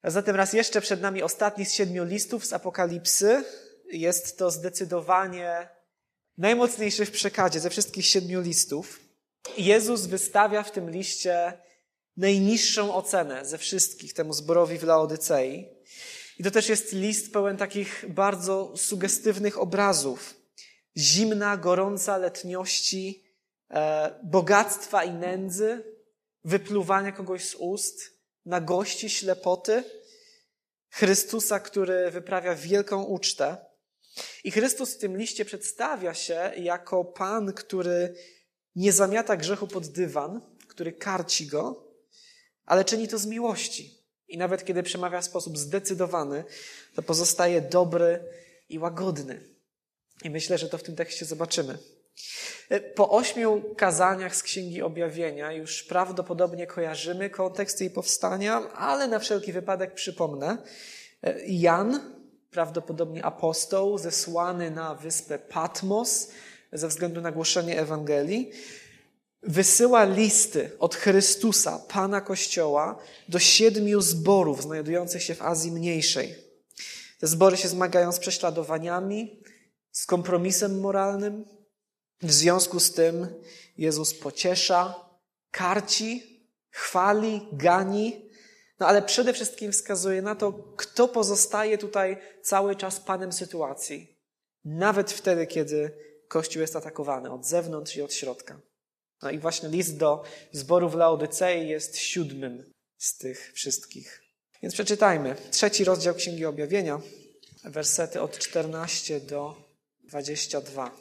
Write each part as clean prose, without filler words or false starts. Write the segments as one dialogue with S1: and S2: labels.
S1: A zatem raz jeszcze przed nami ostatni z 7 listów z Apokalipsy. Jest to zdecydowanie najmocniejszy w przekazie ze wszystkich 7 listów. Jezus wystawia w tym liście najniższą ocenę ze wszystkich temu zborowi w Laodycei. I to też jest list pełen takich bardzo sugestywnych obrazów. Zimna, gorąca letniości, bogactwa i nędzy, wypluwania kogoś z ust, nagości, ślepoty, Chrystusa, który wyprawia wielką ucztę. I Chrystus w tym liście przedstawia się jako Pan, który nie zamiata grzechu pod dywan, który karci go, ale czyni to z miłości. I nawet kiedy przemawia w sposób zdecydowany, to pozostaje dobry i łagodny. I myślę, że to w tym tekście zobaczymy. Po 8 kazaniach z Księgi Objawienia już prawdopodobnie kojarzymy kontekst jej powstania, ale na wszelki wypadek przypomnę. Jan, prawdopodobnie apostoł, zesłany na wyspę Patmos ze względu na głoszenie Ewangelii, wysyła listy od Chrystusa, Pana Kościoła, do 7 zborów znajdujących się w Azji Mniejszej. Te zbory się zmagają z prześladowaniami, z kompromisem moralnym. W związku z tym Jezus pociesza, karci, chwali, gani, ale przede wszystkim wskazuje na to, kto pozostaje tutaj cały czas panem sytuacji. Nawet wtedy, kiedy Kościół jest atakowany od zewnątrz i od środka. No i właśnie list do zboru w Laodycei jest 7 z tych wszystkich. Więc przeczytajmy 3 rozdział Księgi Objawienia, wersety od 14 do 22.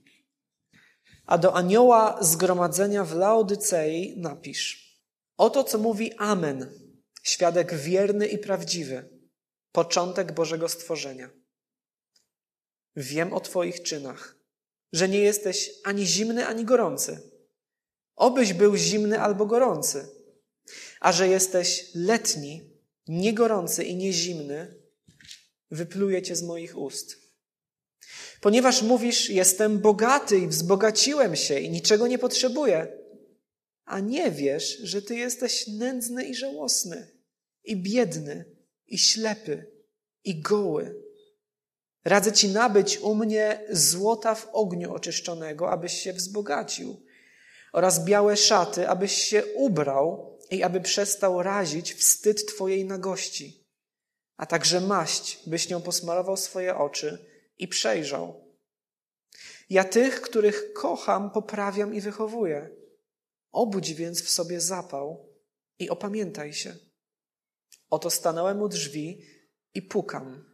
S1: A do anioła zgromadzenia w Laodycei napisz: oto co mówi Amen, świadek wierny i prawdziwy, początek Bożego stworzenia. Wiem o twoich czynach, że nie jesteś ani zimny, ani gorący. Obyś był zimny albo gorący. A że jesteś letni, nie gorący i nie zimny, wypluję cię z moich ust. Ponieważ mówisz, jestem bogaty i wzbogaciłem się i niczego nie potrzebuję, a nie wiesz, że ty jesteś nędzny i żałosny, i biedny, i ślepy, i goły. Radzę ci nabyć u mnie złota w ogniu oczyszczonego, abyś się wzbogacił, oraz białe szaty, abyś się ubrał i aby przestał razić wstyd twojej nagości, a także maść, byś nią posmarował swoje oczy i przejrzał. Ja tych, których kocham, poprawiam i wychowuję. Obudź więc w sobie zapał i opamiętaj się. Oto stanąłem u drzwi i pukam.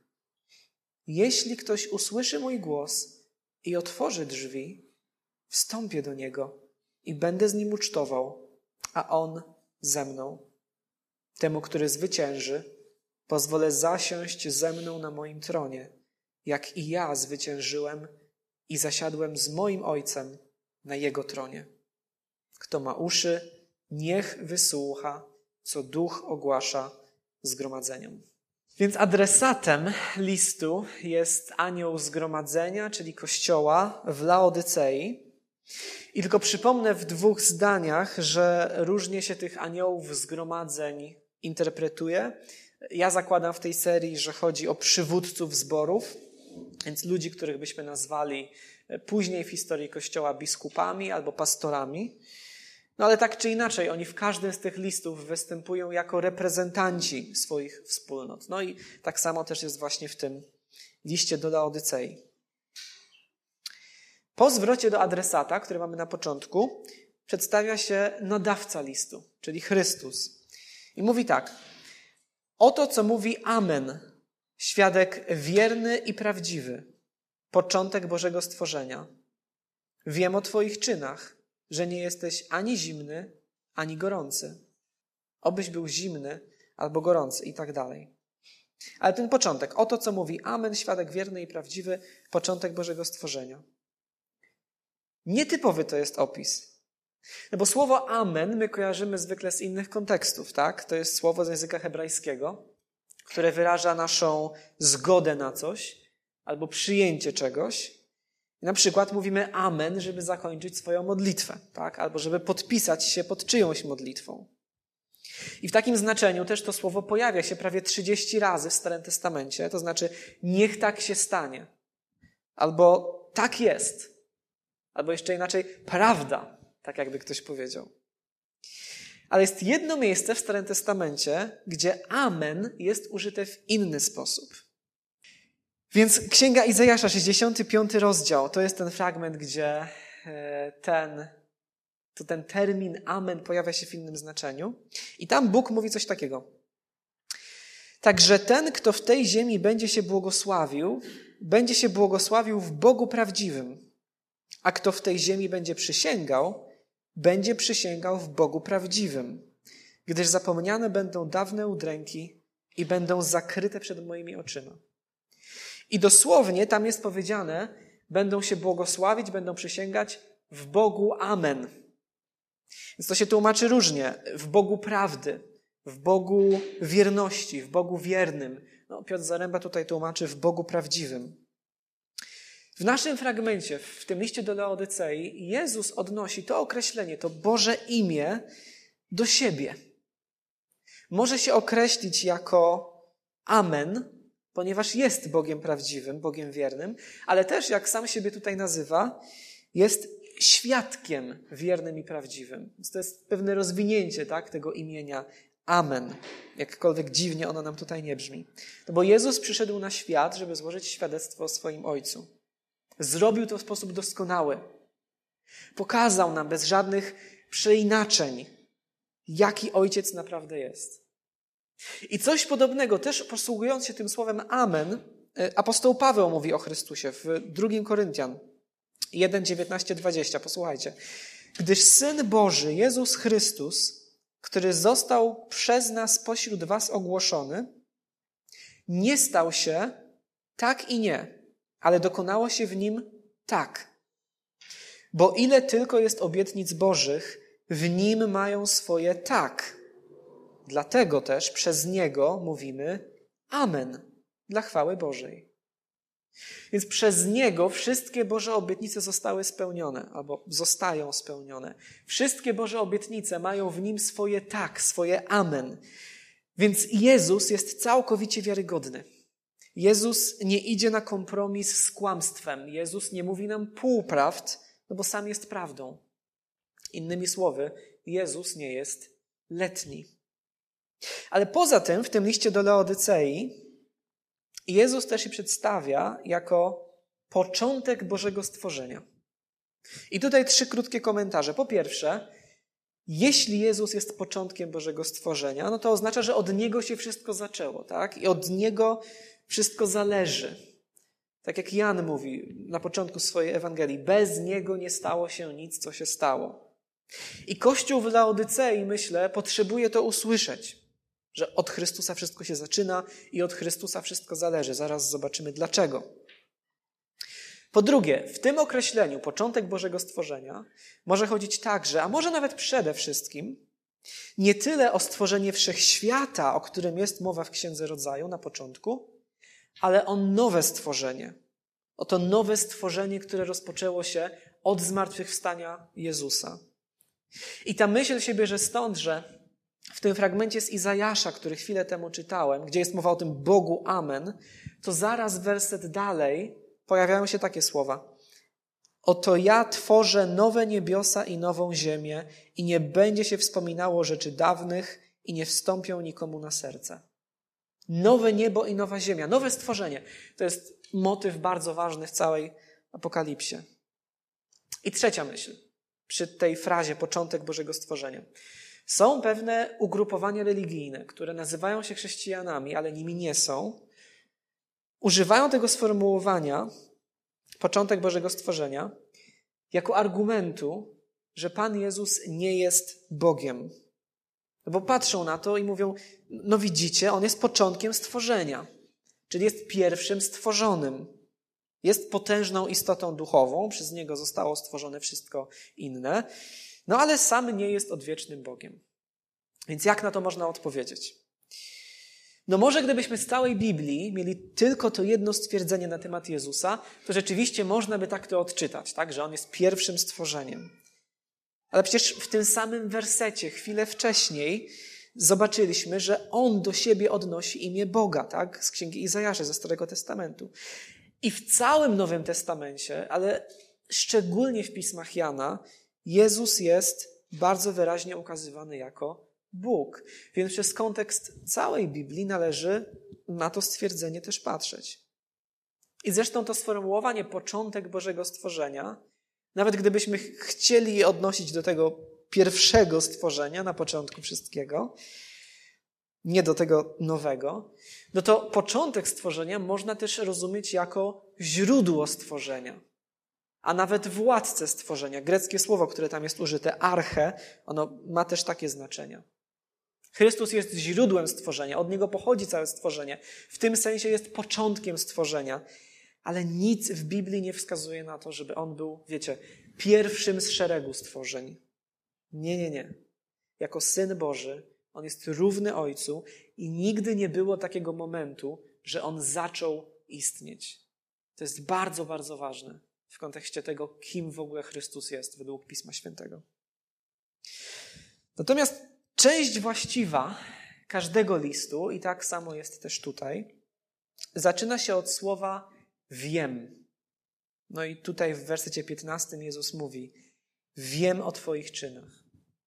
S1: Jeśli ktoś usłyszy mój głos i otworzy drzwi, wstąpię do niego i będę z nim ucztował, a on ze mną. Temu, który zwycięży, pozwolę zasiąść ze mną na moim tronie, jak i ja zwyciężyłem i zasiadłem z moim Ojcem na Jego tronie. Kto ma uszy, niech wysłucha, co Duch ogłasza zgromadzeniom. Więc adresatem listu jest anioł zgromadzenia, czyli Kościoła w Laodycei. I tylko przypomnę w 2 zdaniach, że różnie się tych aniołów zgromadzeń interpretuje. Ja zakładam w tej serii, że chodzi o przywódców zborów, więc ludzi, których byśmy nazwali później w historii Kościoła biskupami albo pastorami. No ale tak czy inaczej, oni w każdym z tych listów występują jako reprezentanci swoich wspólnot. No i tak samo też jest właśnie w tym liście do Laodycei. Po zwrocie do adresata, który mamy na początku, przedstawia się nadawca listu, czyli Chrystus. I mówi tak: oto co mówi Amen, świadek wierny i prawdziwy, początek Bożego stworzenia. Wiem o twoich czynach, że nie jesteś ani zimny, ani gorący. Obyś był zimny albo gorący i tak dalej. Ale ten początek, oto co mówi Amen, świadek wierny i prawdziwy, początek Bożego stworzenia. Nietypowy to jest opis. No bo słowo amen my kojarzymy zwykle z innych kontekstów, tak? To jest słowo z języka hebrajskiego, które wyraża naszą zgodę na coś albo przyjęcie czegoś. Na przykład mówimy amen, żeby zakończyć swoją modlitwę, tak? Albo żeby podpisać się pod czyjąś modlitwą. I w takim znaczeniu też to słowo pojawia się prawie 30 razy w Starym Testamencie. To znaczy, niech tak się stanie. Albo tak jest. Albo jeszcze inaczej, prawda. Tak jakby ktoś powiedział. Ale jest jedno miejsce w Starym Testamencie, gdzie amen jest użyte w inny sposób. Więc Księga Izajasza, 65 rozdział, to jest ten fragment, gdzie ten termin amen pojawia się w innym znaczeniu. I tam Bóg mówi coś takiego. Także ten, kto w tej ziemi będzie się błogosławił w Bogu prawdziwym. A kto w tej ziemi będzie przysięgał w Bogu prawdziwym. Gdyż zapomniane będą dawne udręki i będą zakryte przed moimi oczyma. I dosłownie tam jest powiedziane, będą się błogosławić, będą przysięgać w Bogu amen. Więc to się tłumaczy różnie. W Bogu prawdy, w Bogu wierności, w Bogu wiernym. Piotr Zaręba tutaj tłumaczy w Bogu prawdziwym. W naszym fragmencie, w tym liście do Laodycei, Jezus odnosi to określenie, to Boże imię do siebie. Może się określić jako amen, ponieważ jest Bogiem prawdziwym, Bogiem wiernym, ale też, jak sam siebie tutaj nazywa, jest świadkiem wiernym i prawdziwym. Więc to jest pewne rozwinięcie, tak, tego imienia amen. Jakkolwiek dziwnie ono nam tutaj nie brzmi. No bo Jezus przyszedł na świat, żeby złożyć świadectwo o swoim Ojcu. Zrobił to w sposób doskonały. Pokazał nam bez żadnych przeinaczeń, jaki Ojciec naprawdę jest. I coś podobnego, też posługując się tym słowem amen, apostoł Paweł mówi o Chrystusie w 2 Koryntian 1, 19, 20. Posłuchajcie. Gdyż Syn Boży, Jezus Chrystus, który został przez nas pośród was ogłoszony, nie stał się tak i nie, ale dokonało się w nim tak. Bo ile tylko jest obietnic Bożych, w nim mają swoje tak. Dlatego też przez Niego mówimy amen dla chwały Bożej. Więc przez Niego wszystkie Boże obietnice zostały spełnione, albo zostają spełnione. Wszystkie Boże obietnice mają w Nim swoje tak, swoje amen. Więc Jezus jest całkowicie wiarygodny. Jezus nie idzie na kompromis z kłamstwem. Jezus nie mówi nam półprawd, bo sam jest prawdą. Innymi słowy, Jezus nie jest letni. Ale poza tym w tym liście do Laodycei Jezus też się przedstawia jako początek Bożego stworzenia. I tutaj 3 krótkie komentarze. Po pierwsze, jeśli Jezus jest początkiem Bożego stworzenia, to oznacza, że od Niego się wszystko zaczęło, tak? I od Niego wszystko zależy. Tak jak Jan mówi na początku swojej Ewangelii, bez Niego nie stało się nic, co się stało. I Kościół w Laodycei, myślę, potrzebuje to usłyszeć, że od Chrystusa wszystko się zaczyna i od Chrystusa wszystko zależy. Zaraz zobaczymy dlaczego. Po drugie, w tym określeniu początek Bożego stworzenia może chodzić także, a może nawet przede wszystkim, nie tyle o stworzenie wszechświata, o którym jest mowa w Księdze Rodzaju na początku, ale o nowe stworzenie. O to nowe stworzenie, które rozpoczęło się od zmartwychwstania Jezusa. I ta myśl się bierze stąd, że w tym fragmencie z Izajasza, który chwilę temu czytałem, gdzie jest mowa o tym Bogu amen, to zaraz werset dalej pojawiają się takie słowa. Oto ja tworzę nowe niebiosa i nową ziemię i nie będzie się wspominało rzeczy dawnych i nie wstąpią nikomu na serce. Nowe niebo i nowa ziemia, nowe stworzenie. To jest motyw bardzo ważny w całej Apokalipsie. I trzecia myśl przy tej frazie początek Bożego stworzenia. Są pewne ugrupowania religijne, które nazywają się chrześcijanami, ale nimi nie są. Używają tego sformułowania początek Bożego stworzenia jako argumentu, że Pan Jezus nie jest Bogiem. No bo patrzą na to i mówią, no widzicie, On jest początkiem stworzenia, czyli jest pierwszym stworzonym. Jest potężną istotą duchową, przez Niego zostało stworzone wszystko inne, no ale sam nie jest odwiecznym Bogiem. Więc jak na to można odpowiedzieć? No może gdybyśmy z całej Biblii mieli tylko to jedno stwierdzenie na temat Jezusa, to rzeczywiście można by tak to odczytać, tak? Że On jest pierwszym stworzeniem. Ale przecież w tym samym wersecie, chwilę wcześniej, zobaczyliśmy, że on do siebie odnosi imię Boga, tak? Z księgi Izajasza, ze Starego Testamentu. I w całym Nowym Testamencie, ale szczególnie w pismach Jana, Jezus jest bardzo wyraźnie ukazywany jako Bóg. Więc przez kontekst całej Biblii należy na to stwierdzenie też patrzeć. I zresztą to sformułowanie początek Bożego stworzenia, nawet gdybyśmy chcieli je odnosić do tego pierwszego stworzenia na początku wszystkiego, nie do tego nowego, no to początek stworzenia można też rozumieć jako źródło stworzenia, a nawet władcę stworzenia. Greckie słowo, które tam jest użyte, arche, ono ma też takie znaczenia. Chrystus jest źródłem stworzenia, od Niego pochodzi całe stworzenie. W tym sensie jest początkiem stworzenia. Ale nic w Biblii nie wskazuje na to, żeby On był, wiecie, pierwszym z szeregu stworzeń. Nie. Jako Syn Boży, On jest równy Ojcu i nigdy nie było takiego momentu, że On zaczął istnieć. To jest bardzo, bardzo ważne w kontekście tego, kim w ogóle Chrystus jest według Pisma Świętego. Natomiast część właściwa każdego listu, i tak samo jest też tutaj, zaczyna się od słowa wiem. No i tutaj w wersecie 15 Jezus mówi: wiem o Twoich czynach.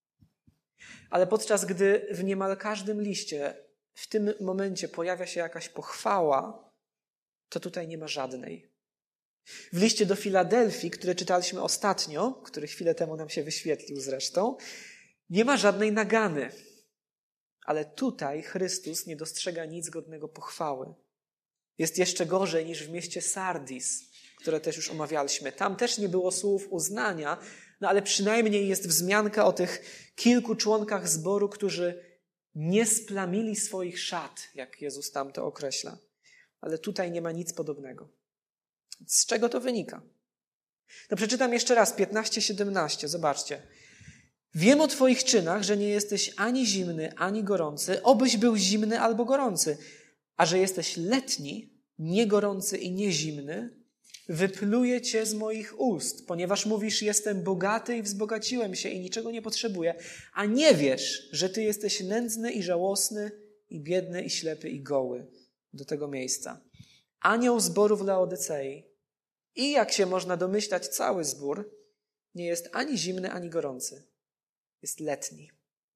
S1: Ale podczas gdy w niemal każdym liście w tym momencie pojawia się jakaś pochwała, to tutaj nie ma żadnej. W liście do Filadelfii, który czytaliśmy ostatnio, który chwilę temu nam się wyświetlił zresztą, nie ma żadnej nagany. Ale tutaj Chrystus nie dostrzega nic godnego pochwały. Jest jeszcze gorzej niż w mieście Sardis, które też już omawialiśmy. Tam też nie było słów uznania, no ale przynajmniej jest wzmianka o tych kilku członkach zboru, którzy nie splamili swoich szat, jak Jezus tam to określa. Ale tutaj nie ma nic podobnego. Z czego to wynika? No przeczytam jeszcze raz, 15-17, zobaczcie. Wiem o Twoich czynach, że nie jesteś ani zimny, ani gorący, obyś był zimny albo gorący, a że jesteś letni, nie gorący i nie zimny, wypluję Cię z moich ust, ponieważ mówisz, jestem bogaty i wzbogaciłem się i niczego nie potrzebuję, a nie wiesz, że Ty jesteś nędzny i żałosny i biedny i ślepy i goły do tego miejsca. Anioł zboru w Laodycei i, jak się można domyślać, cały zbór nie jest ani zimny, ani gorący. Jest letni.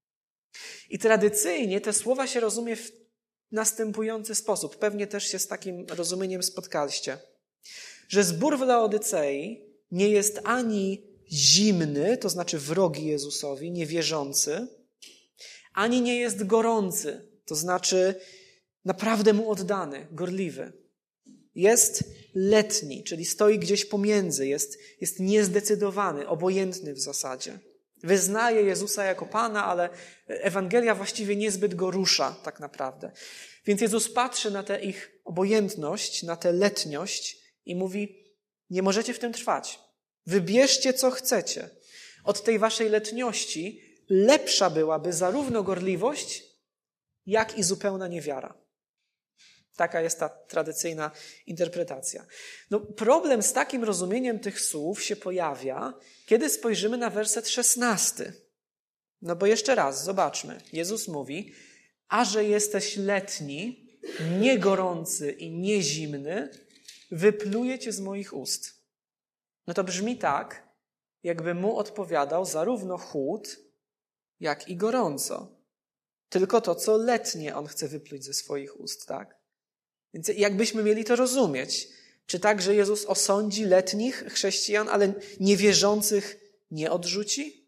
S1: I tradycyjnie te słowa się rozumie w następujący sposób. Pewnie też się z takim rozumieniem spotkaliście. Że zbór w Laodycei nie jest ani zimny, to znaczy wrogi Jezusowi, niewierzący, ani nie jest gorący, to znaczy naprawdę Mu oddany, gorliwy. Jest letni, czyli stoi gdzieś pomiędzy, jest niezdecydowany, obojętny w zasadzie. Wyznaje Jezusa jako Pana, ale Ewangelia właściwie niezbyt go rusza tak naprawdę. Więc Jezus patrzy na tę ich obojętność, na tę letniość i mówi: nie możecie w tym trwać. Wybierzcie, co chcecie. Od tej waszej letniości lepsza byłaby zarówno gorliwość, jak i zupełna niewiara. Taka jest ta tradycyjna interpretacja. No, problem z takim rozumieniem tych słów się pojawia, kiedy spojrzymy na werset 16. No bo jeszcze raz, zobaczmy. Jezus mówi: a że jesteś letni, nie gorący i nie zimny, wypluję Cię z moich ust. No to brzmi tak, jakby Mu odpowiadał zarówno chłód, jak i gorąco. Tylko to, co letnie On chce wypluć ze swoich ust, tak? Więc jakbyśmy mieli to rozumieć? Czy tak, że Jezus osądzi letnich chrześcijan, ale niewierzących nie odrzuci?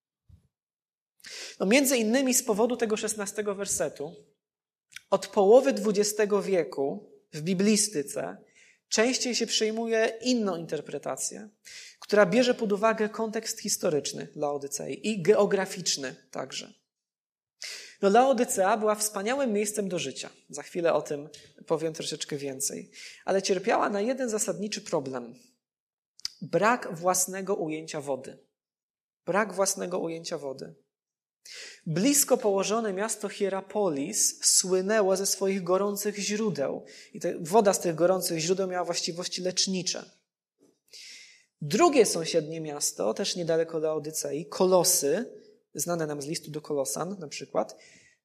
S1: No między innymi z powodu tego 16 wersetu od połowy XX wieku w biblistyce częściej się przyjmuje inną interpretację, która bierze pod uwagę kontekst historyczny Laodycei i geograficzny także. No, Laodycea była wspaniałym miejscem do życia. Za chwilę o tym powiem troszeczkę więcej. Ale cierpiała na jeden zasadniczy problem. Brak własnego ujęcia wody. Brak własnego ujęcia wody. Blisko położone miasto Hierapolis słynęło ze swoich gorących źródeł. I woda z tych gorących źródeł miała właściwości lecznicze. Drugie sąsiednie miasto, też niedaleko Laodycei, Kolosy, znane nam z listu do Kolosan na przykład,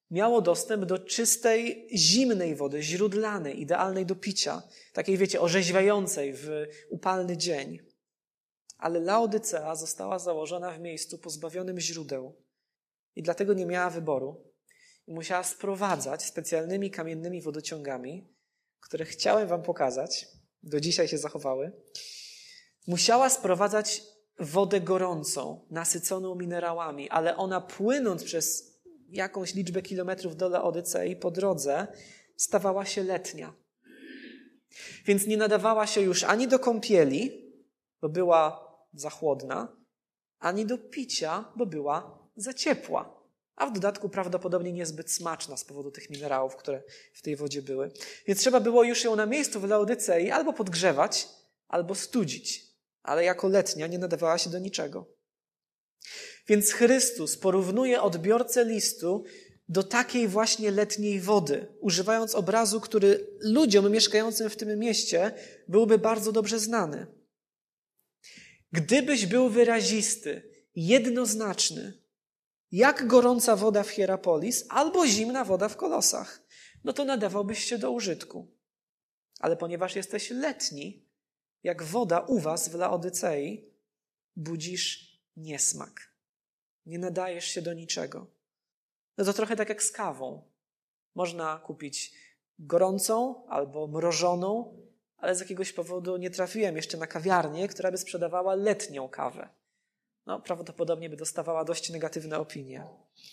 S1: miało dostęp do czystej, zimnej wody, źródlanej, idealnej do picia. Takiej, wiecie, orzeźwiającej w upalny dzień. Ale Laodycea została założona w miejscu pozbawionym źródeł i dlatego nie miała wyboru. I musiała sprowadzać specjalnymi kamiennymi wodociągami, które chciałem wam pokazać, do dzisiaj się zachowały. Musiała sprowadzać wodę gorącą, nasyconą minerałami, ale ona płynąc przez jakąś liczbę kilometrów do Laodycei po drodze stawała się letnia. Więc nie nadawała się już ani do kąpieli, bo była za chłodna, ani do picia, bo była za ciepła. A w dodatku prawdopodobnie niezbyt smaczna z powodu tych minerałów, które w tej wodzie były. Więc trzeba było już ją na miejscu w Laodycei albo podgrzewać, albo studzić. Ale jako letnia nie nadawała się do niczego. Więc Chrystus porównuje odbiorcę listu do takiej właśnie letniej wody, używając obrazu, który ludziom mieszkającym w tym mieście byłby bardzo dobrze znany. Gdybyś był wyrazisty, jednoznaczny, jak gorąca woda w Hierapolis albo zimna woda w Kolosach, no to nadawałbyś się do użytku. Ale ponieważ jesteś letni, jak woda u was w Laodycei, budzisz niesmak. Nie nadajesz się do niczego. No to trochę tak jak z kawą. Można kupić gorącą albo mrożoną, ale z jakiegoś powodu nie trafiłem jeszcze na kawiarnię, która by sprzedawała letnią kawę. No, prawdopodobnie by dostawała dość negatywne opinie.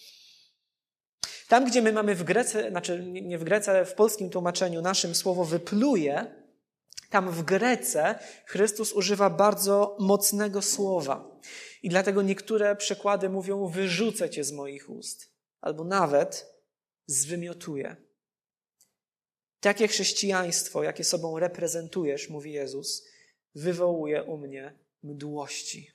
S1: Tam, gdzie my mamy w Grece, znaczy nie w Grece, ale w polskim tłumaczeniu naszym słowo wypluje, tam w Grece Chrystus używa bardzo mocnego słowa. I dlatego niektóre przekłady mówią wyrzucę cię z moich ust. Albo nawet zwymiotuję. Takie chrześcijaństwo, jakie sobą reprezentujesz, mówi Jezus, wywołuje u mnie mdłości.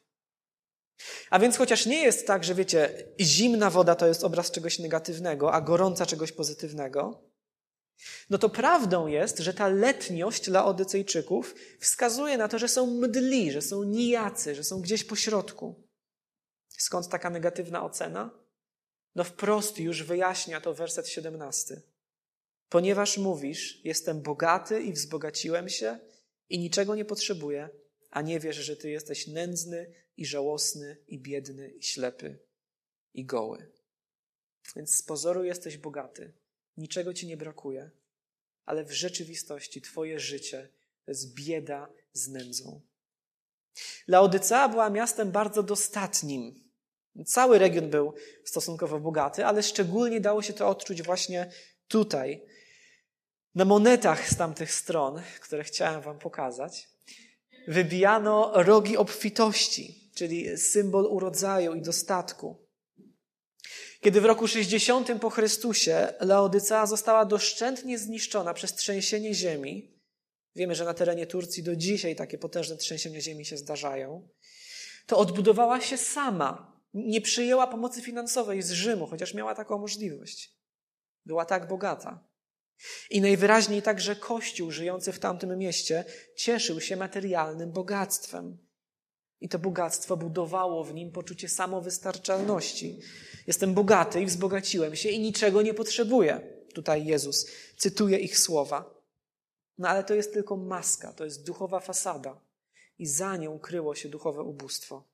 S1: A więc chociaż nie jest tak, że wiecie, zimna woda to jest obraz czegoś negatywnego, a gorąca czegoś pozytywnego, no to prawdą jest, że ta letniość Laodycejczyków wskazuje na to, że są mdli, że są nijacy, że są gdzieś po środku. Skąd taka negatywna ocena? No wprost już wyjaśnia to werset 17. Ponieważ mówisz, jestem bogaty i wzbogaciłem się i niczego nie potrzebuję, a nie wiesz, że ty jesteś nędzny i żałosny i biedny i ślepy i goły. Więc z pozoru jesteś bogaty, niczego ci nie brakuje, ale w rzeczywistości twoje życie to jest bieda z nędzą. Laodycea była miastem bardzo dostatnim. Cały region był stosunkowo bogaty, ale szczególnie dało się to odczuć właśnie tutaj. Na monetach z tamtych stron, które chciałem wam pokazać, wybijano rogi obfitości, czyli symbol urodzaju i dostatku. Kiedy w roku 60 po Chrystusie Laodycea została doszczętnie zniszczona przez trzęsienie ziemi, wiemy, że na terenie Turcji do dzisiaj takie potężne trzęsienia ziemi się zdarzają, to odbudowała się sama. Nie przyjęła pomocy finansowej z Rzymu, chociaż miała taką możliwość. Była tak bogata. I najwyraźniej także Kościół żyjący w tamtym mieście cieszył się materialnym bogactwem. I to bogactwo budowało w nim poczucie samowystarczalności. Jestem bogaty i wzbogaciłem się i niczego nie potrzebuję. Tutaj Jezus cytuje ich słowa. No ale to jest tylko maska, to jest duchowa fasada. I za nią kryło się duchowe ubóstwo.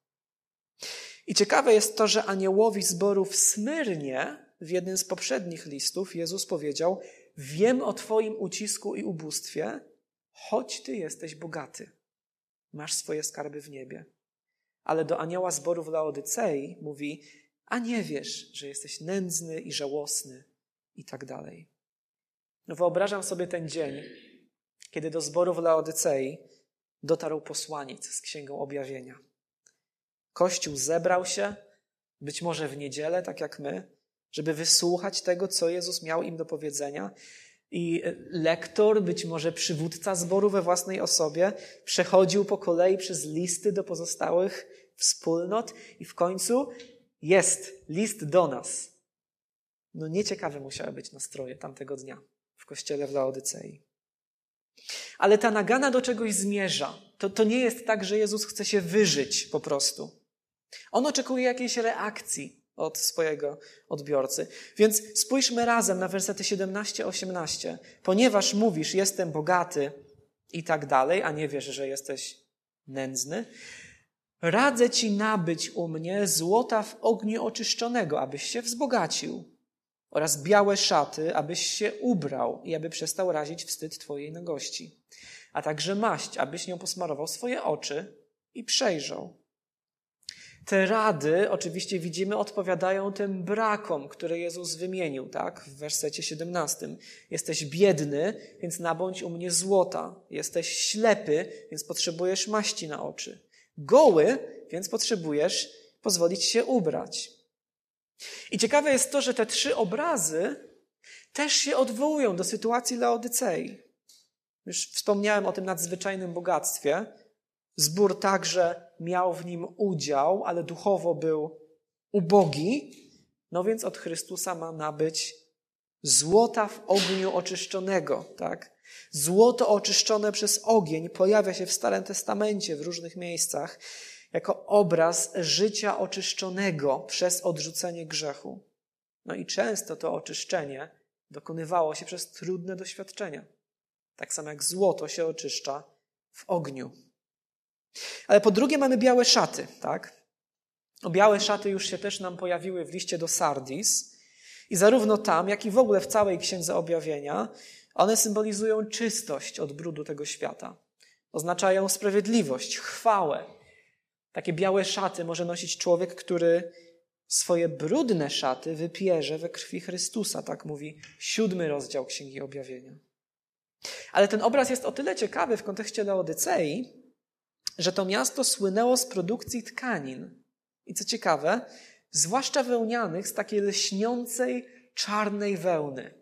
S1: I ciekawe jest to, że aniołowi zboru w Smyrnie w jednym z poprzednich listów Jezus powiedział: wiem o twoim ucisku i ubóstwie, choć ty jesteś bogaty. Masz swoje skarby w niebie. Ale do anioła zboru w Laodycei mówi: a nie wiesz, że jesteś nędzny i żałosny i tak dalej. No wyobrażam sobie ten dzień, kiedy do zboru w Laodycei dotarł posłaniec z Księgą Objawienia. Kościół zebrał się, być może w niedzielę, tak jak my, żeby wysłuchać tego, co Jezus miał im do powiedzenia. I lektor, być może przywódca zboru we własnej osobie, przechodził po kolei przez listy do pozostałych wspólnot i w końcu jest list do nas. No nieciekawe musiały być nastroje tamtego dnia w kościele w Laodycei. Ale ta nagana do czegoś zmierza. To nie jest tak, że Jezus chce się wyżyć po prostu. On oczekuje jakiejś reakcji. od swojego odbiorcy. Więc spójrzmy razem na wersety 17-18. Ponieważ mówisz, jestem bogaty i tak dalej, a nie wiesz, że jesteś nędzny, radzę ci nabyć u mnie złota w ogniu oczyszczonego, abyś się wzbogacił, oraz białe szaty, abyś się ubrał i aby przestał razić wstyd twojej nagości, a także maść, abyś nią posmarował swoje oczy i przejrzał. Te rady, oczywiście widzimy, odpowiadają tym brakom, które Jezus wymienił, tak? W wersecie 17. Jesteś biedny, więc nabądź u mnie złota. Jesteś ślepy, więc potrzebujesz maści na oczy. Goły, więc potrzebujesz pozwolić się ubrać. I ciekawe jest to, że te 3 obrazy też się odwołują do sytuacji Laodycei. Już wspomniałem o tym nadzwyczajnym bogactwie. Zbór także miał w nim udział, ale duchowo był ubogi. No więc od Chrystusa ma nabyć złota w ogniu oczyszczonego. Tak? Złoto oczyszczone przez ogień pojawia się w Starym Testamencie w różnych miejscach jako obraz życia oczyszczonego przez odrzucenie grzechu. No i często to oczyszczenie dokonywało się przez trudne doświadczenia. Tak samo jak złoto się oczyszcza w ogniu. Ale po drugie mamy białe szaty, tak? Białe szaty już się też nam pojawiły w liście do Sardis i zarówno tam, jak i w ogóle w całej Księdze Objawienia one symbolizują czystość od brudu tego świata. Oznaczają sprawiedliwość, chwałę. Takie białe szaty może nosić człowiek, który swoje brudne szaty wypierze we krwi Chrystusa, tak mówi 7 rozdział Księgi Objawienia. Ale ten obraz jest o tyle ciekawy w kontekście Laodycei, że to miasto słynęło z produkcji tkanin. I co ciekawe, zwłaszcza wełnianych z takiej lśniącej, czarnej wełny.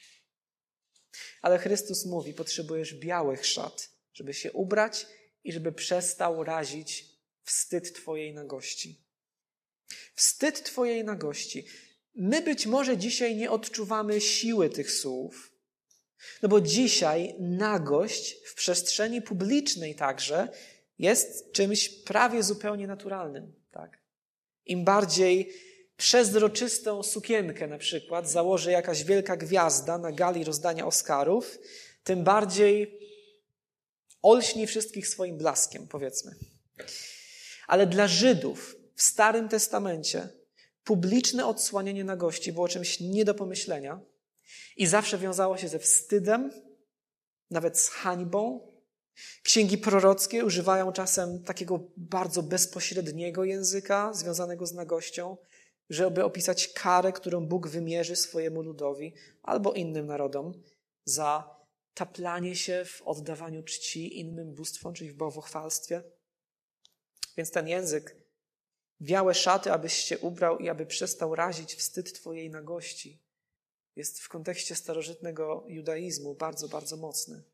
S1: Ale Chrystus mówi, potrzebujesz białych szat, żeby się ubrać i żeby przestał razić wstyd twojej nagości. Wstyd twojej nagości. My być może dzisiaj nie odczuwamy siły tych słów, no bo dzisiaj nagość w przestrzeni publicznej także jest czymś prawie zupełnie naturalnym. Tak? Im bardziej przezroczystą sukienkę na przykład założy jakaś wielka gwiazda na gali rozdania Oscarów, tym bardziej olśni wszystkich swoim blaskiem, powiedzmy. Ale dla Żydów w Starym Testamencie publiczne odsłanianie nagości było czymś nie do pomyślenia i zawsze wiązało się ze wstydem, nawet z hańbą. Księgi prorockie używają czasem takiego bardzo bezpośredniego języka związanego z nagością, żeby opisać karę, którą Bóg wymierzy swojemu ludowi albo innym narodom za taplanie się w oddawaniu czci innym bóstwom, czyli w bałwochwalstwie. Więc ten język, białe szaty, abyś się ubrał i aby przestał razić wstyd twojej nagości, jest w kontekście starożytnego judaizmu bardzo, bardzo mocny.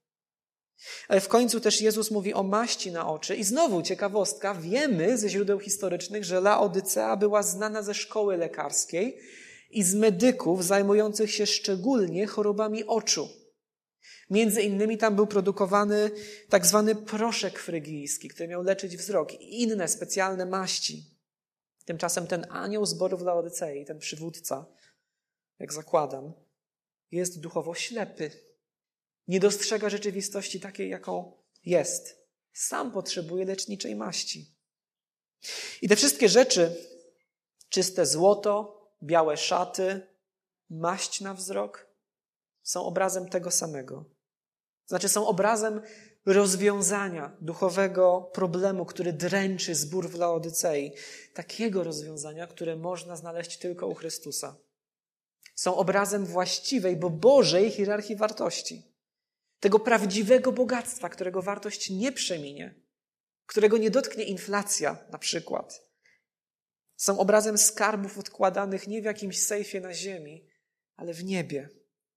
S1: Ale w końcu też Jezus mówi o maści na oczy. I znowu ciekawostka, wiemy ze źródeł historycznych, że Laodycea była znana ze szkoły lekarskiej i z medyków zajmujących się szczególnie chorobami oczu. Między innymi tam był produkowany tak zwany proszek frygijski, który miał leczyć wzrok i inne specjalne maści. Tymczasem ten anioł zboru w Laodycei, ten przywódca, jak zakładam, jest duchowo ślepy. Nie dostrzega rzeczywistości takiej, jaką jest. Sam potrzebuje leczniczej maści. I te wszystkie rzeczy, czyste złoto, białe szaty, maść na wzrok, są obrazem tego samego. Znaczy są obrazem rozwiązania duchowego problemu, który dręczy zbór w Laodycei. Takiego rozwiązania, które można znaleźć tylko u Chrystusa. Są obrazem właściwej, bo Bożej hierarchii wartości. Tego prawdziwego bogactwa, którego wartość nie przeminie, którego nie dotknie inflacja na przykład. Są obrazem skarbów odkładanych nie w jakimś sejfie na ziemi, ale w niebie.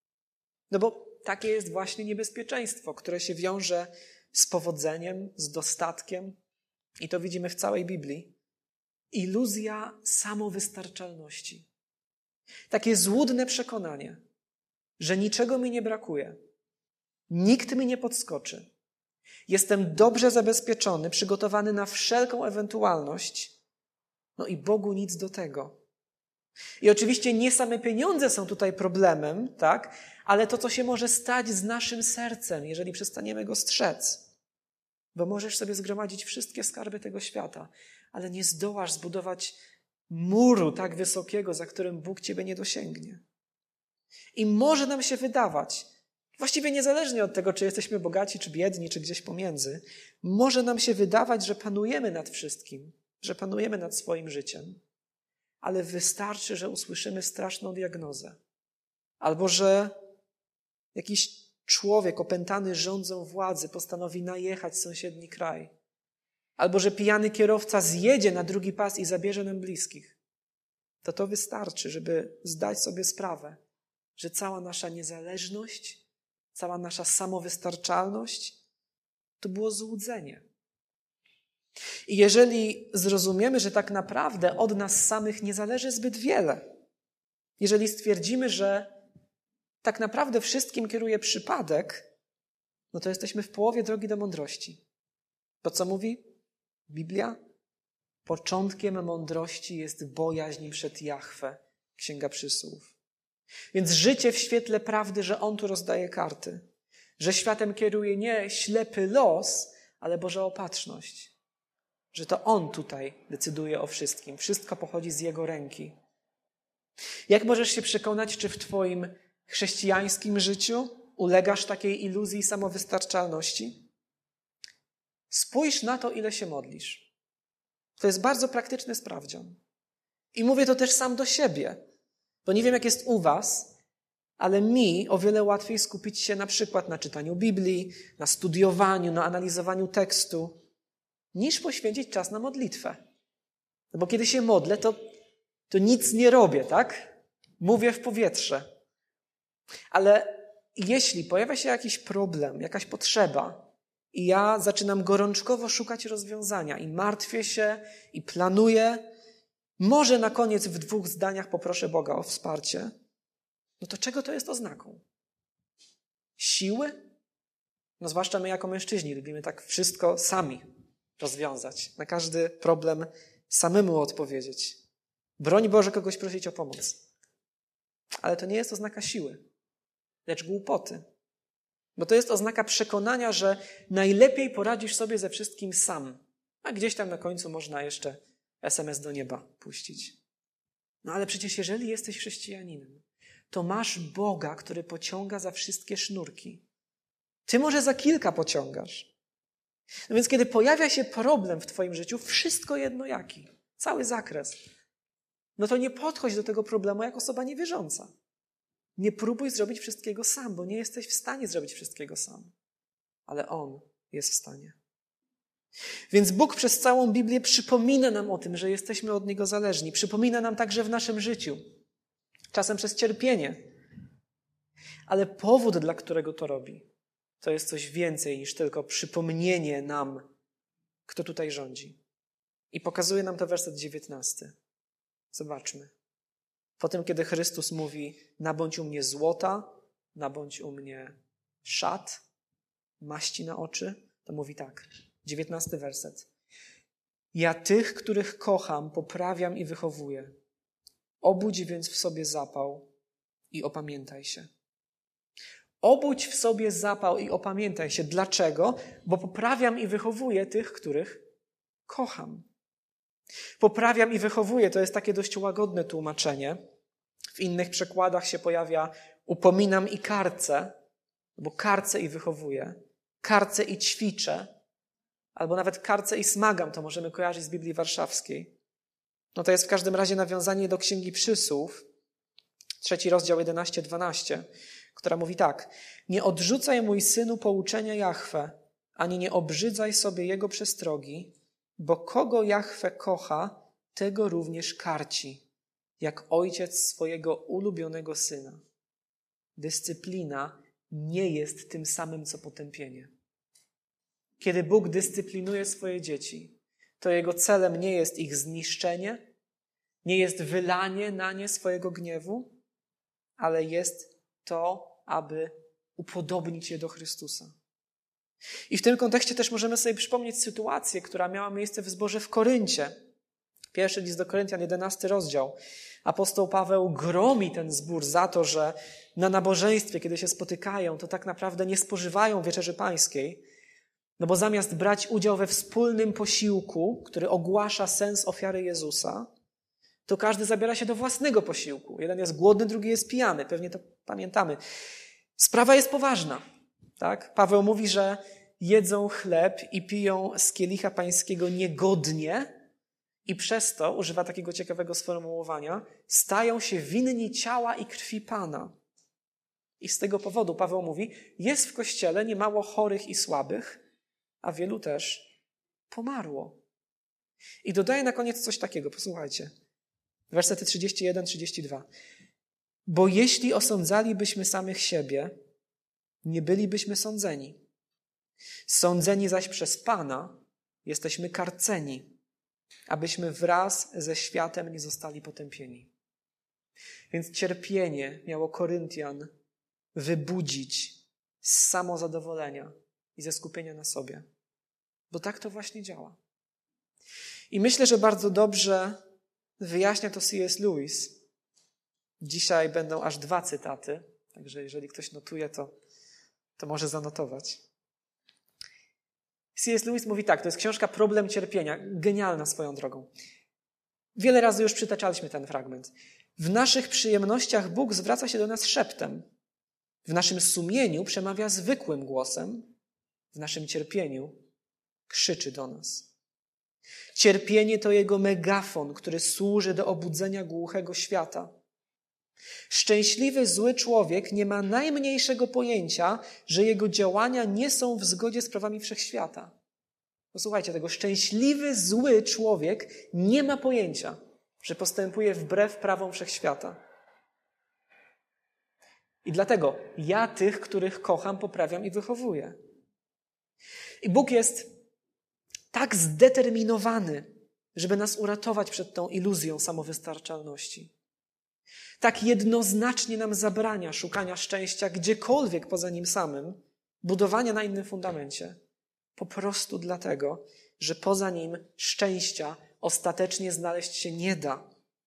S1: No bo takie jest właśnie niebezpieczeństwo, które się wiąże z powodzeniem, z dostatkiem. I to widzimy w całej Biblii. Iluzja samowystarczalności. Takie złudne przekonanie, że niczego mi nie brakuje. Nikt mi nie podskoczy. Jestem dobrze zabezpieczony, przygotowany na wszelką ewentualność. No i Bogu nic do tego. I oczywiście nie same pieniądze są tutaj problemem, tak? Ale to, co się może stać z naszym sercem, jeżeli przestaniemy go strzec. Bo możesz sobie zgromadzić wszystkie skarby tego świata, ale nie zdołasz zbudować muru tak wysokiego, za którym Bóg ciebie nie dosięgnie. I może nam się wydawać, właściwie niezależnie od tego, czy jesteśmy bogaci, czy biedni, czy gdzieś pomiędzy, może nam się wydawać, że panujemy nad wszystkim, że panujemy nad swoim życiem. Ale wystarczy, że usłyszymy straszną diagnozę. Albo że jakiś człowiek opętany żądzą władzy postanowi najechać sąsiedni kraj. Albo że pijany kierowca zjedzie na drugi pas i zabierze nam bliskich. To wystarczy, żeby zdać sobie sprawę, że cała nasza niezależność, cała nasza samowystarczalność to było złudzenie. I jeżeli zrozumiemy, że tak naprawdę od nas samych nie zależy zbyt wiele, jeżeli stwierdzimy, że tak naprawdę wszystkim kieruje przypadek, no to jesteśmy w połowie drogi do mądrości. Bo co mówi Biblia? Początkiem mądrości jest bojaźń przed Jahwe, Księga Przysłów. Więc życie w świetle prawdy, że On tu rozdaje karty, że światem kieruje nie ślepy los, ale Boża opatrzność. Że to On tutaj decyduje o wszystkim. Wszystko pochodzi z Jego ręki. Jak możesz się przekonać, czy w twoim chrześcijańskim życiu ulegasz takiej iluzji samowystarczalności? Spójrz na to, ile się modlisz. To jest bardzo praktyczny sprawdzian. I mówię to też sam do siebie, bo nie wiem, jak jest u was, ale mi o wiele łatwiej skupić się na przykład na czytaniu Biblii, na studiowaniu, na analizowaniu tekstu, niż poświęcić czas na modlitwę. No bo kiedy się modlę, to nic nie robię, tak? Mówię w powietrze. Ale jeśli pojawia się jakiś problem, jakaś potrzeba i ja zaczynam gorączkowo szukać rozwiązania i martwię się i planuję, może na koniec w 2 zdaniach poproszę Boga o wsparcie, no to czego to jest oznaką? Siły? No zwłaszcza my jako mężczyźni lubimy tak wszystko sami rozwiązać. Na każdy problem samemu odpowiedzieć. Broń Boże kogoś prosić o pomoc. Ale to nie jest oznaka siły, lecz głupoty. Bo to jest oznaka przekonania, że najlepiej poradzisz sobie ze wszystkim sam. A gdzieś tam na końcu można jeszcze SMS do nieba puścić. No ale przecież jeżeli jesteś chrześcijaninem, to masz Boga, który pociąga za wszystkie sznurki. Ty może za kilka pociągasz. No więc kiedy pojawia się problem w twoim życiu, wszystko jedno jaki, cały zakres, no to nie podchodź do tego problemu jak osoba niewierząca. Nie próbuj zrobić wszystkiego sam, bo nie jesteś w stanie zrobić wszystkiego sam. Ale On jest w stanie. Więc Bóg przez całą Biblię przypomina nam o tym, że jesteśmy od Niego zależni. Przypomina nam także w naszym życiu. Czasem przez cierpienie. Ale powód, dla którego to robi, to jest coś więcej niż tylko przypomnienie nam, kto tutaj rządzi. I pokazuje nam to werset 19. Zobaczmy. Potem, kiedy Chrystus mówi, nabądź u mnie złota, nabądź u mnie szat, maści na oczy, to mówi tak. 19 werset. Ja tych, których kocham, poprawiam i wychowuję. Obudź więc w sobie zapał i opamiętaj się. Obudź w sobie zapał i opamiętaj się. Dlaczego? Bo poprawiam i wychowuję tych, których kocham. Poprawiam i wychowuję, to jest takie dość łagodne tłumaczenie. W innych przekładach się pojawia upominam i karcę, bo karcę i wychowuję, karcę i ćwiczę, albo nawet karcę i smagam, to możemy kojarzyć z Biblii Warszawskiej. No to jest w każdym razie nawiązanie do Księgi Przysłów, 3 rozdział 11-12, która mówi tak. Nie odrzucaj, mój synu, pouczenia Jahwe, ani nie obrzydzaj sobie jego przestrogi, bo kogo Jahwe kocha, tego również karci, jak ojciec swojego ulubionego syna. Dyscyplina nie jest tym samym, co potępienie. Kiedy Bóg dyscyplinuje swoje dzieci, to Jego celem nie jest ich zniszczenie, nie jest wylanie na nie swojego gniewu, ale jest to, aby upodobnić je do Chrystusa. I w tym kontekście też możemy sobie przypomnieć sytuację, która miała miejsce w zborze w Koryncie. Pierwszy list do Koryntian, 11 rozdział. Apostoł Paweł gromi ten zbór za to, że na nabożeństwie, kiedy się spotykają, to tak naprawdę nie spożywają wieczerzy pańskiej, no bo zamiast brać udział we wspólnym posiłku, który ogłasza sens ofiary Jezusa, to każdy zabiera się do własnego posiłku. Jeden jest głodny, drugi jest pijany. Pewnie to pamiętamy. Sprawa jest poważna. Tak? Paweł mówi, że jedzą chleb i piją z kielicha pańskiego niegodnie i przez to, używa takiego ciekawego sformułowania, stają się winni ciała i krwi Pana. I z tego powodu Paweł mówi, jest w Kościele niemało chorych i słabych, a wielu też pomarło. I dodaje na koniec coś takiego, posłuchajcie. Wersety 31-32. Bo jeśli osądzalibyśmy samych siebie, nie bylibyśmy sądzeni. Sądzeni zaś przez Pana jesteśmy karceni, abyśmy wraz ze światem nie zostali potępieni. Więc cierpienie miało Koryntian wybudzić z samozadowolenia i ze skupienia na sobie. Bo tak to właśnie działa. I myślę, że bardzo dobrze wyjaśnia to C.S. Lewis. Dzisiaj będą aż 2 cytaty, także jeżeli ktoś notuje, to może zanotować. C.S. Lewis mówi tak, to jest książka Problem cierpienia, genialna swoją drogą. Wiele razy już przytaczaliśmy ten fragment. W naszych przyjemnościach Bóg zwraca się do nas szeptem. W naszym sumieniu przemawia zwykłym głosem. W naszym cierpieniu krzyczy do nas. Cierpienie to jego megafon, który służy do obudzenia głuchego świata. Szczęśliwy, zły człowiek nie ma najmniejszego pojęcia, że jego działania nie są w zgodzie z prawami wszechświata. Posłuchajcie tego. Szczęśliwy, zły człowiek nie ma pojęcia, że postępuje wbrew prawom wszechświata. I dlatego ja tych, których kocham, poprawiam i wychowuję. I Bóg jest tak zdeterminowany, żeby nas uratować przed tą iluzją samowystarczalności. Tak jednoznacznie nam zabrania szukania szczęścia gdziekolwiek poza nim samym, budowania na innym fundamencie. Po prostu dlatego, że poza nim szczęścia ostatecznie znaleźć się nie da.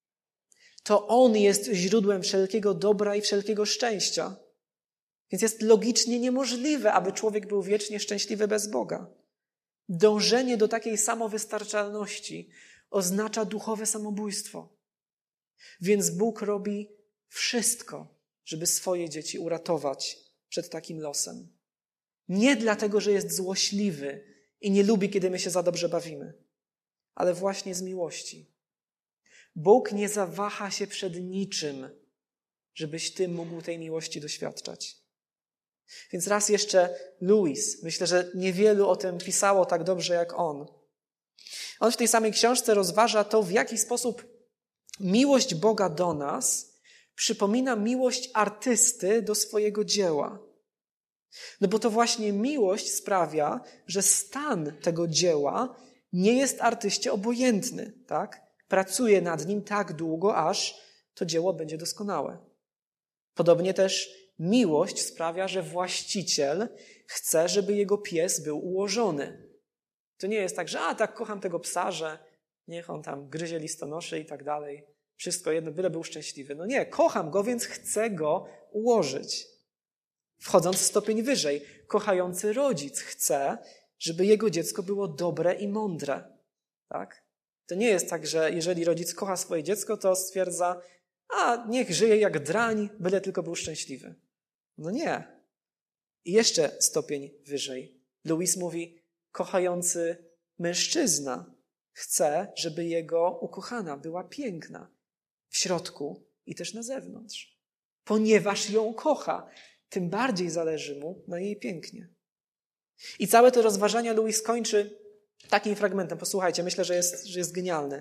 S1: To On jest źródłem wszelkiego dobra i wszelkiego szczęścia. Więc jest logicznie niemożliwe, aby człowiek był wiecznie szczęśliwy bez Boga. Dążenie do takiej samowystarczalności oznacza duchowe samobójstwo. Więc Bóg robi wszystko, żeby swoje dzieci uratować przed takim losem. Nie dlatego, że jest złośliwy i nie lubi, kiedy my się za dobrze bawimy, ale właśnie z miłości. Bóg nie zawaha się przed niczym, żebyś ty mógł tej miłości doświadczać. Więc raz jeszcze Lewis, myślę, że niewielu o tym pisało tak dobrze jak on. On w tej samej książce rozważa to, w jaki sposób miłość Boga do nas przypomina miłość artysty do swojego dzieła. No bo to właśnie miłość sprawia, że stan tego dzieła nie jest artyście obojętny, tak? Pracuje nad nim tak długo, aż to dzieło będzie doskonałe. Podobnie też miłość sprawia, że właściciel chce, żeby jego pies był ułożony. To nie jest tak, że tak kocham tego psa, że niech on tam gryzie listonoszy i tak dalej. Wszystko jedno, byle był szczęśliwy. No nie, kocham go, więc chcę go ułożyć. Wchodząc w stopień wyżej, kochający rodzic chce, żeby jego dziecko było dobre i mądre. Tak? To nie jest tak, że jeżeli rodzic kocha swoje dziecko, to stwierdza, niech żyje jak drań, byle tylko był szczęśliwy. No nie. I jeszcze stopień wyżej. Lewis mówi, kochający mężczyzna chce, żeby jego ukochana była piękna w środku i też na zewnątrz. Ponieważ ją kocha, tym bardziej zależy mu na jej pięknie. I całe to rozważania Lewis kończy takim fragmentem. Posłuchajcie, myślę, że jest genialny.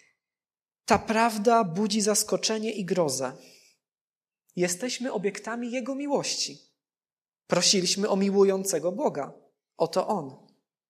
S1: Ta prawda budzi zaskoczenie i grozę. Jesteśmy obiektami Jego miłości. Prosiliśmy o miłującego Boga. Oto On.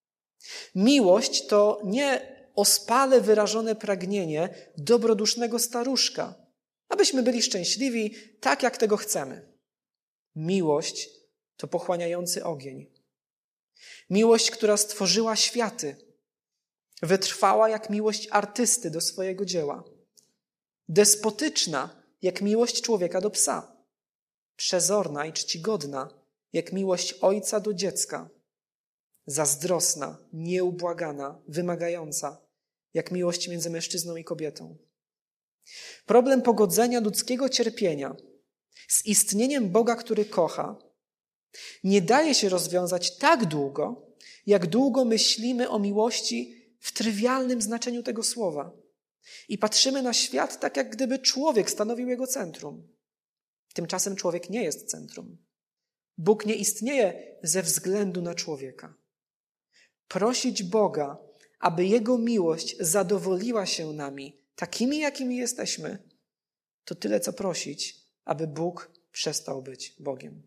S1: Miłość to nie ospale wyrażone pragnienie dobrodusznego staruszka, abyśmy byli szczęśliwi tak, jak tego chcemy. Miłość to pochłaniający ogień. Miłość, która stworzyła światy. wytrwała jak miłość artysty do swojego dzieła, despotyczna jak miłość człowieka do psa, przezorna i czcigodna jak miłość ojca do dziecka, zazdrosna, nieubłagana, wymagająca jak miłość między mężczyzną i kobietą. Problem pogodzenia ludzkiego cierpienia z istnieniem Boga, który kocha, nie daje się rozwiązać tak długo, jak długo myślimy o miłości w trywialnym znaczeniu tego słowa i patrzymy na świat tak, jak gdyby człowiek stanowił jego centrum. Tymczasem człowiek nie jest centrum. Bóg nie istnieje ze względu na człowieka. Prosić Boga, aby Jego miłość zadowoliła się nami, takimi, jakimi jesteśmy, to tyle, co prosić, aby Bóg przestał być Bogiem.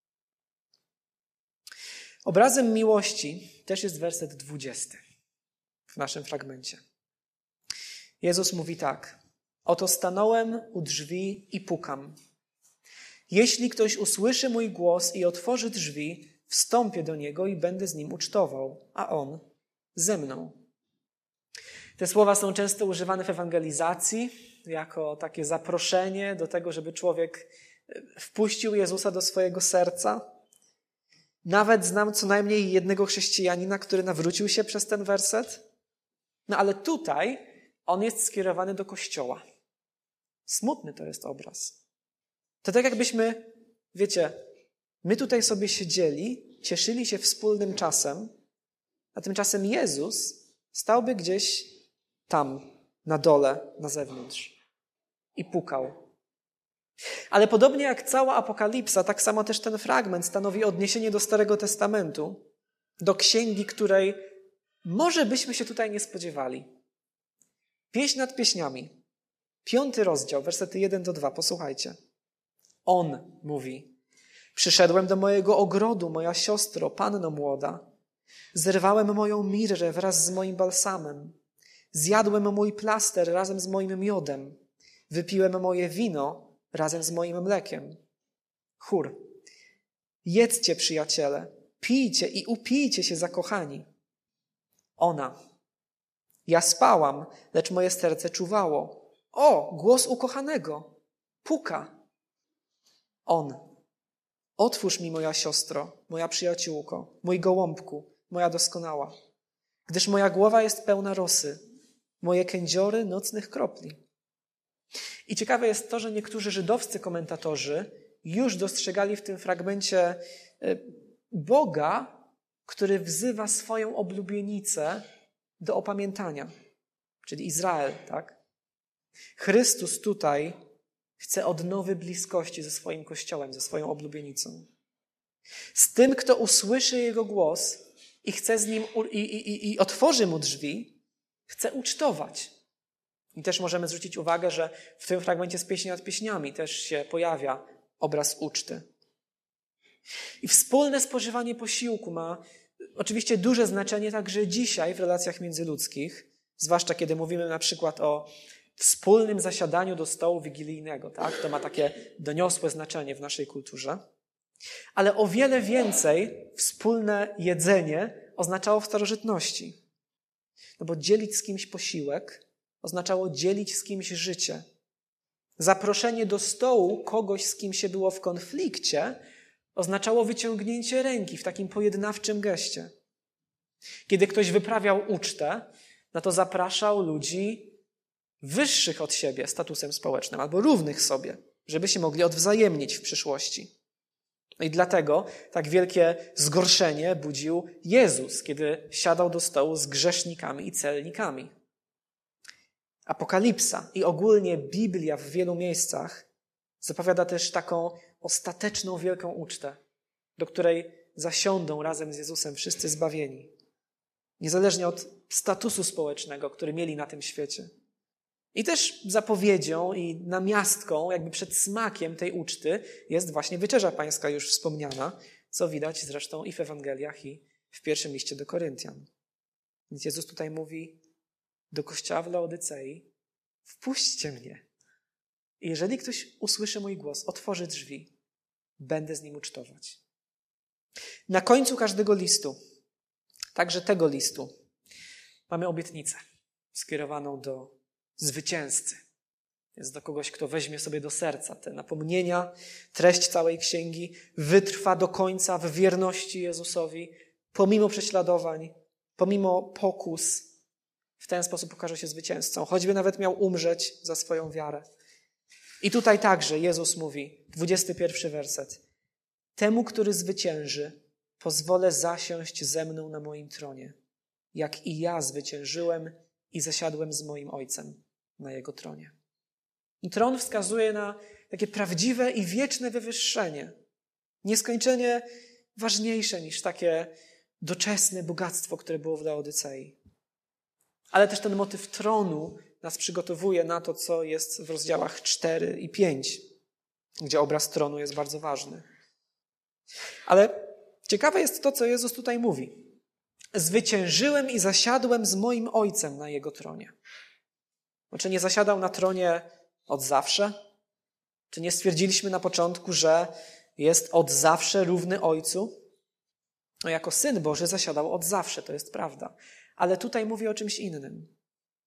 S1: Obrazem miłości też jest werset 20 w naszym fragmencie. Jezus mówi tak: oto stanąłem u drzwi i pukam. Jeśli ktoś usłyszy mój głos i otworzy drzwi, wstąpię do niego i będę z nim ucztował, a on ze mną. Te słowa są często używane w ewangelizacji jako takie zaproszenie do tego, żeby człowiek wpuścił Jezusa do swojego serca. Nawet znam co najmniej jednego chrześcijanina, który nawrócił się przez ten werset. No ale tutaj on jest skierowany do Kościoła. Smutny to jest obraz. To tak jakbyśmy, wiecie, my tutaj sobie siedzieli, cieszyli się wspólnym czasem, a tymczasem Jezus stałby gdzieś tam, na dole, na zewnątrz i pukał. Ale podobnie jak cała Apokalipsa, tak samo też ten fragment stanowi odniesienie do Starego Testamentu, do księgi, której może byśmy się tutaj nie spodziewali. Pieśń nad pieśniami. 5 rozdział, wersety 1-2. Posłuchajcie. On mówi: przyszedłem do mojego ogrodu, moja siostro, panno młoda. Zerwałem moją mirrę wraz z moim balsamem. Zjadłem mój plaster razem z moim miodem. Wypiłem moje wino razem z moim mlekiem. Chór. Jedzcie, przyjaciele, pijcie i upijcie się, zakochani. Ona. Ja spałam, lecz moje serce czuwało. O, głos ukochanego. Puka. On. Otwórz mi, moja siostro, moja przyjaciółko, mój gołąbku, moja doskonała. Gdyż moja głowa jest pełna rosy, moje kędziory nocnych kropli. I ciekawe jest to, że niektórzy żydowscy komentatorzy już dostrzegali w tym fragmencie Boga, który wzywa swoją oblubienicę do opamiętania, czyli Izrael, tak? Chrystus tutaj chce odnowy bliskości ze swoim Kościołem, ze swoją oblubienicą. Z tym, kto usłyszy Jego głos i chce z nim i otworzy mu drzwi, chce ucztować. I też możemy zwrócić uwagę, że w tym fragmencie z Pieśni nad pieśniami też się pojawia obraz uczty. I wspólne spożywanie posiłku ma oczywiście duże znaczenie także dzisiaj w relacjach międzyludzkich, zwłaszcza kiedy mówimy na przykład o wspólnym zasiadaniu do stołu wigilijnego. Tak? To ma takie doniosłe znaczenie w naszej kulturze. Ale o wiele więcej wspólne jedzenie oznaczało w starożytności. No bo dzielić z kimś posiłek oznaczało dzielić z kimś życie. Zaproszenie do stołu kogoś, z kim się było w konflikcie, oznaczało wyciągnięcie ręki w takim pojednawczym geście. Kiedy ktoś wyprawiał ucztę, no to zapraszał ludzi wyższych od siebie statusem społecznym albo równych sobie, żeby się mogli odwzajemnić w przyszłości. No i dlatego tak wielkie zgorszenie budził Jezus, kiedy siadał do stołu z grzesznikami i celnikami. Apokalipsa i ogólnie Biblia w wielu miejscach zapowiada też taką ostateczną wielką ucztę, do której zasiądą razem z Jezusem wszyscy zbawieni. Niezależnie od statusu społecznego, który mieli na tym świecie. I też zapowiedzią i namiastką, jakby przedsmakiem tej uczty jest właśnie Wieczerza Pańska już wspomniana, co widać zresztą i w Ewangeliach, i w pierwszym liście do Koryntian. Więc Jezus tutaj mówi do kościoła w Laodycei: wpuśćcie mnie. I jeżeli ktoś usłyszy mój głos, otworzy drzwi, będę z nim ucztować. Na końcu każdego listu, także tego listu, mamy obietnicę skierowaną do zwycięzcy. Jest do kogoś, kto weźmie sobie do serca te napomnienia, treść całej księgi, wytrwa do końca w wierności Jezusowi, pomimo prześladowań, pomimo pokus. W ten sposób okaże się zwycięzcą, choćby nawet miał umrzeć za swoją wiarę. I tutaj także Jezus mówi, 21 werset. Temu, który zwycięży, pozwolę zasiąść ze mną na moim tronie, jak i ja zwyciężyłem i zasiadłem z moim Ojcem na Jego tronie. I tron wskazuje na takie prawdziwe i wieczne wywyższenie, nieskończenie ważniejsze niż takie doczesne bogactwo, które było w Laodycei. Ale też ten motyw tronu nas przygotowuje na to, co jest w rozdziałach 4 i 5, gdzie obraz tronu jest bardzo ważny. Ale ciekawe jest to, co Jezus tutaj mówi. Zwyciężyłem i zasiadłem z moim Ojcem na Jego tronie. Czy nie zasiadał na tronie od zawsze? Czy nie stwierdziliśmy na początku, że jest od zawsze równy Ojcu? No jako Syn Boży zasiadał od zawsze, to jest prawda. Ale tutaj mówi o czymś innym.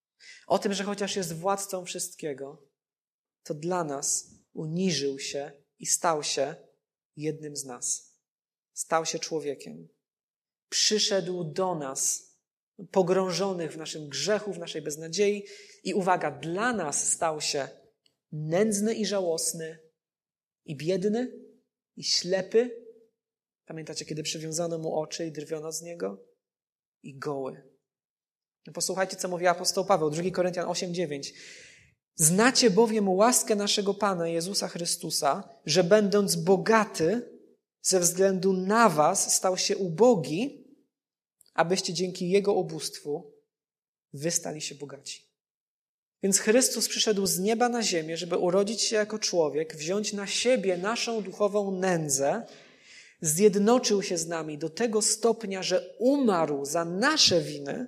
S1: O tym, że chociaż jest władcą wszystkiego, to dla nas uniżył się i stał się jednym z nas. Stał się człowiekiem. Przyszedł do nas, pogrążonych w naszym grzechu, w naszej beznadziei i uwaga, dla nas stał się nędzny i żałosny, i biedny, i ślepy. Pamiętacie, kiedy przywiązano mu oczy i drwiono z niego? I goły. Posłuchajcie, co mówi apostoł Paweł, 2 Koryntian 8:9. Znacie bowiem łaskę naszego Pana Jezusa Chrystusa, że będąc bogaty, ze względu na was stał się ubogi, abyście dzięki Jego ubóstwu wy stali się bogaci. Więc Chrystus przyszedł z nieba na ziemię, żeby urodzić się jako człowiek, wziąć na siebie naszą duchową nędzę, zjednoczył się z nami do tego stopnia, że umarł za nasze winy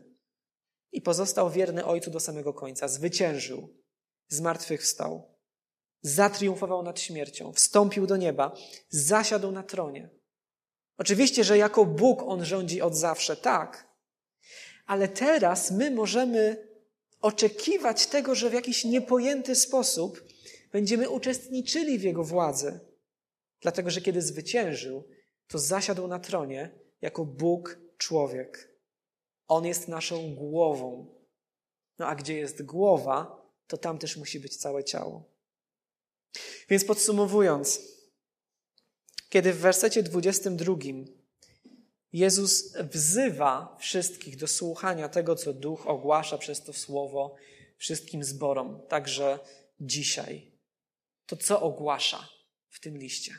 S1: i pozostał wierny Ojcu do samego końca. Zwyciężył, zmartwychwstał, zatriumfował nad śmiercią, wstąpił do nieba, zasiadł na tronie. Oczywiście, że jako Bóg On rządzi od zawsze, tak. Ale teraz my możemy oczekiwać tego, że w jakiś niepojęty sposób będziemy uczestniczyli w Jego władzy. Dlatego, że kiedy zwyciężył, to zasiadł na tronie jako Bóg człowiek. On jest naszą głową. No a gdzie jest głowa, to tam też musi być całe ciało. Więc podsumowując, kiedy w wersecie 22 Jezus wzywa wszystkich do słuchania tego, co Duch ogłasza przez to słowo wszystkim zborom, także dzisiaj, to co ogłasza w tym liście?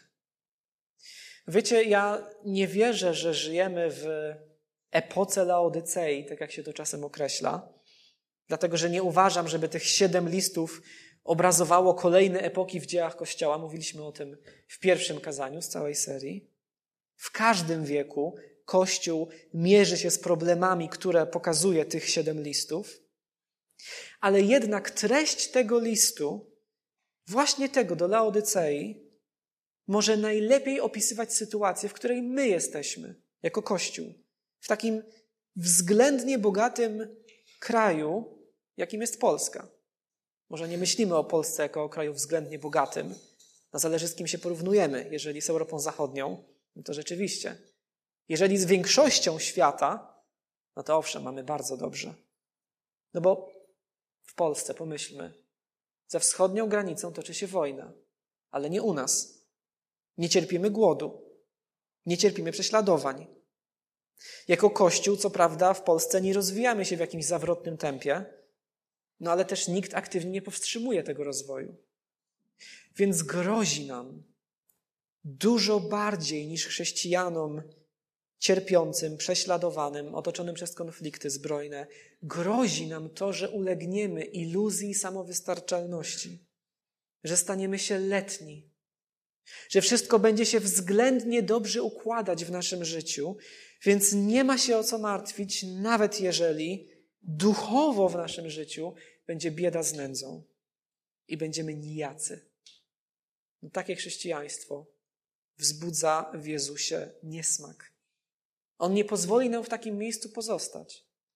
S1: Wiecie, ja nie wierzę, że żyjemy w epoce Laodycei, tak jak się to czasem określa, dlatego że nie uważam, żeby tych 7 listów obrazowało kolejne epoki w dziejach Kościoła. Mówiliśmy o tym w pierwszym kazaniu z całej serii. W każdym wieku Kościół mierzy się z problemami, które pokazuje tych 7 listów, ale jednak treść tego listu, właśnie tego do Laodycei, może najlepiej opisywać sytuację, w której my jesteśmy jako Kościół. W takim względnie bogatym kraju, jakim jest Polska. Może nie myślimy o Polsce jako o kraju względnie bogatym. No zależy, z kim się porównujemy. Jeżeli z Europą Zachodnią, no to rzeczywiście. Jeżeli z większością świata, no to owszem, mamy bardzo dobrze. No bo w Polsce, pomyślmy, za wschodnią granicą toczy się wojna, ale nie u nas. Nie cierpimy głodu, nie cierpimy prześladowań. Jako Kościół, co prawda, w Polsce nie rozwijamy się w jakimś zawrotnym tempie, no ale też nikt aktywnie nie powstrzymuje tego rozwoju. Więc grozi nam dużo bardziej niż chrześcijanom cierpiącym, prześladowanym, otoczonym przez konflikty zbrojne, grozi nam to, że ulegniemy iluzji samowystarczalności, że staniemy się letni, że wszystko będzie się względnie dobrze układać w naszym życiu, więc nie ma się o co martwić, nawet jeżeli duchowo w naszym życiu będzie bieda z nędzą i będziemy nijacy. No, takie chrześcijaństwo wzbudza w Jezusie niesmak. On nie pozwoli nam w takim miejscu pozostać.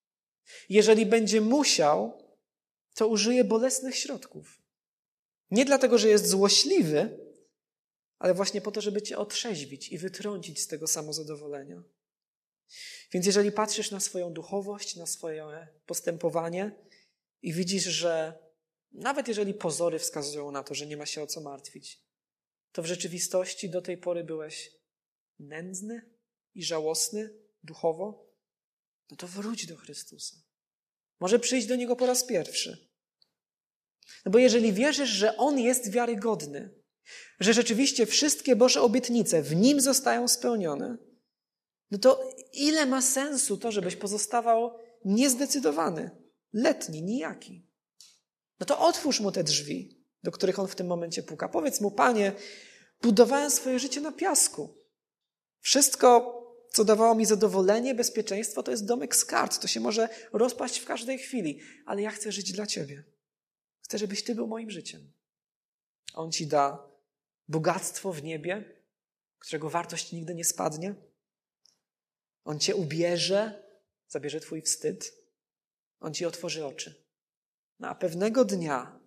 S1: Jeżeli będzie musiał, to użyje bolesnych środków. Nie dlatego, że jest złośliwy, ale właśnie po to, żeby cię otrzeźwić i wytrącić z tego samozadowolenia. Więc jeżeli patrzysz na swoją duchowość, na swoje postępowanie i widzisz, że nawet jeżeli pozory wskazują na to, że nie ma się o co martwić, to w rzeczywistości do tej pory byłeś nędzny i żałosny duchowo, no to wróć do Chrystusa. Może przyjść do Niego po raz pierwszy. No bo jeżeli wierzysz, że On jest wiarygodny, że rzeczywiście wszystkie Boże obietnice w Nim zostają spełnione, no to ile ma sensu to, żebyś pozostawał niezdecydowany, letni, nijaki? No to otwórz Mu te drzwi, do których On w tym momencie puka. Powiedz Mu: Panie, budowałem swoje życie na piasku. Wszystko, co dawało mi zadowolenie, bezpieczeństwo, to jest domek z kart. To się może rozpaść w każdej chwili, ale ja chcę żyć dla Ciebie. Chcę, żebyś Ty był moim życiem. On Ci da bogactwo w niebie, którego wartość nigdy nie spadnie. On Cię ubierze, zabierze Twój wstyd. On Ci otworzy oczy. No a pewnego dnia,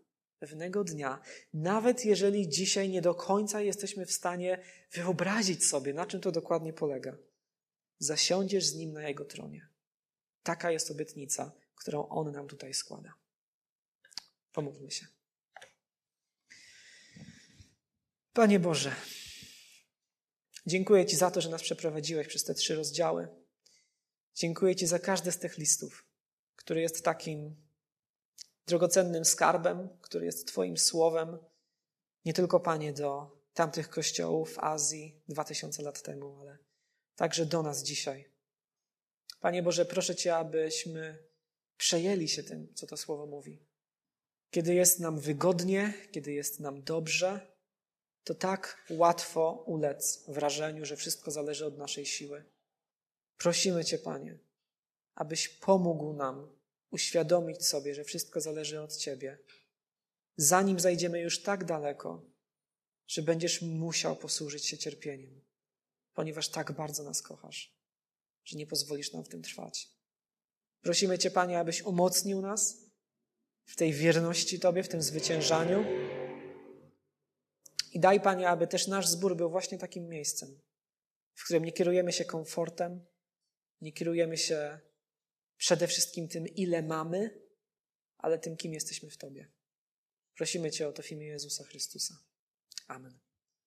S1: nawet jeżeli dzisiaj nie do końca jesteśmy w stanie wyobrazić sobie, na czym to dokładnie polega, zasiądziesz z Nim na Jego tronie. Taka jest obietnica, którą On nam tutaj składa. Pomódlmy się. Panie Boże, dziękuję Ci za to, że nas przeprowadziłeś przez te 3 rozdziały. Dziękuję Ci za każdy z tych listów, który jest takim drogocennym skarbem, który jest Twoim słowem, nie tylko, Panie, do tamtych kościołów w Azji 2000 lat temu, ale także do nas dzisiaj. Panie Boże, proszę Cię, abyśmy przejęli się tym, co to słowo mówi. Kiedy jest nam wygodnie, kiedy jest nam dobrze, to tak łatwo ulec wrażeniu, że wszystko zależy od naszej siły. Prosimy Cię, Panie, abyś pomógł nam uświadomić sobie, że wszystko zależy od Ciebie, zanim zajdziemy już tak daleko, że będziesz musiał posłużyć się cierpieniem, ponieważ tak bardzo nas kochasz, że nie pozwolisz nam w tym trwać. Prosimy Cię, Panie, abyś umocnił nas w tej wierności Tobie, w tym zwyciężaniu. I daj, Panie, aby też nasz zbór był właśnie takim miejscem, w którym nie kierujemy się komfortem, nie kierujemy się przede wszystkim tym, ile mamy, ale tym, kim jesteśmy w Tobie. Prosimy Cię o to w imię Jezusa Chrystusa. Amen.